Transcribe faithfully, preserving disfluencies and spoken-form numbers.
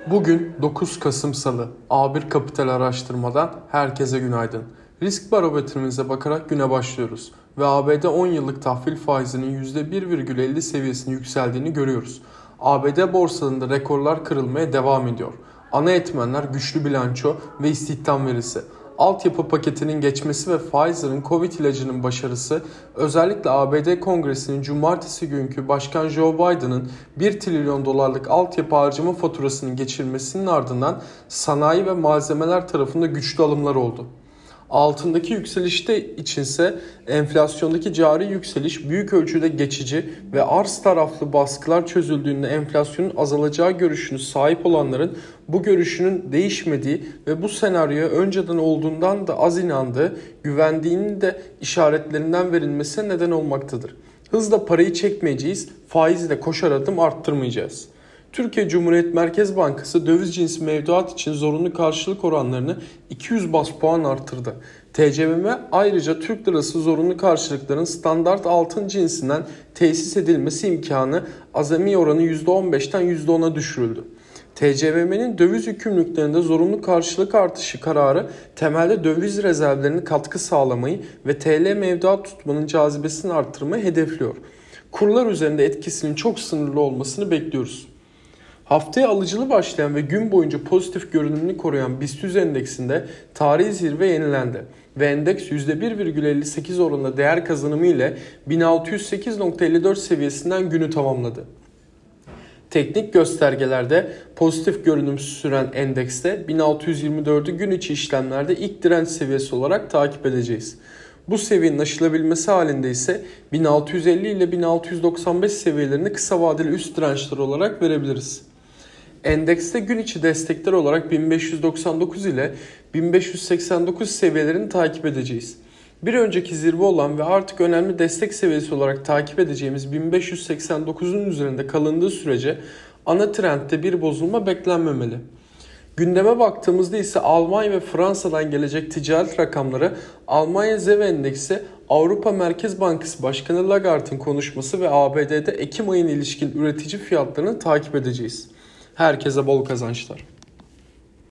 Bugün dokuz Kasım Salı. A bir Kapital Araştırma'dan herkese günaydın. Risk barometremize bakarak güne başlıyoruz ve A B D on yıllık tahvil faizinin yüzde bir virgül elli seviyesine yükseldiğini görüyoruz. A B D borsalarında rekorlar kırılmaya devam ediyor. Ana etmenler güçlü bilanço ve istihdam verisi. Altyapı paketinin geçmesi ve Pfizer'ın Covid ilacının başarısı, özellikle A B D Kongresi'nin cumartesi günkü Başkan Joe Biden'ın bir trilyon dolarlık altyapı harcama faturasının geçirmesinin ardından sanayi ve malzemeler tarafında güçlü alımlar oldu. Altındaki yükselişte içinse enflasyondaki cari yükseliş büyük ölçüde geçici ve arz taraflı baskılar çözüldüğünde enflasyonun azalacağı görüşünü sahip olanların bu görüşünün değişmediği ve bu senaryoya önceden olduğundan da az inandığı, güvendiğinin de işaretlerinden verilmesine neden olmaktadır. Hızla parayı çekmeyeceğiz, faizle koşar adım arttırmayacağız. Türkiye Cumhuriyet Merkez Bankası döviz cinsi mevduat için zorunlu karşılık oranlarını iki yüz baz puan arttırdı. T C M M ayrıca Türk lirası zorunlu karşılıkların standart altın cinsinden tesis edilmesi imkanı azami oranı yüzde on beşten yüzde ona düşürüldü. T C M M'nin döviz yükümlülüklerinde zorunlu karşılık artışı kararı temelde döviz rezervlerine katkı sağlamayı ve T L mevduat tutmanın cazibesini arttırmayı hedefliyor. Kurlar üzerinde etkisinin çok sınırlı olmasını bekliyoruz. Haftaya alıcılı başlayan ve gün boyunca pozitif görünümünü koruyan BIST yüz endeksinde tarihi zirve yenilendi ve endeks yüzde bir virgül elli sekiz oranında değer kazanımı ile bin altı yüz sekiz nokta elli dört seviyesinden günü tamamladı. Teknik göstergelerde pozitif görünüm süren endekste bin altı yüz yirmi dördü gün içi işlemlerde ilk direnç seviyesi olarak takip edeceğiz. Bu seviyenin aşılabilmesi halinde ise bin altı yüz elli ile bin altı yüz doksan beş seviyelerini kısa vadeli üst dirençler olarak verebiliriz. Endekste gün içi destekler olarak bin beş yüz doksan dokuz ile bin beş yüz seksen dokuz seviyelerini takip edeceğiz. Bir önceki zirve olan ve artık önemli destek seviyesi olarak takip edeceğimiz bin beş yüz seksen dokuzun üzerinde kalındığı sürece ana trendde bir bozulma beklenmemeli. Gündeme baktığımızda ise Almanya ve Fransa'dan gelecek ticaret rakamları, Almanya ZEV endeksi, Avrupa Merkez Bankası Başkanı Lagarde'ın konuşması ve A B D'de Ekim ayına ilişkin üretici fiyatlarını takip edeceğiz. Herkese bol kazançlar.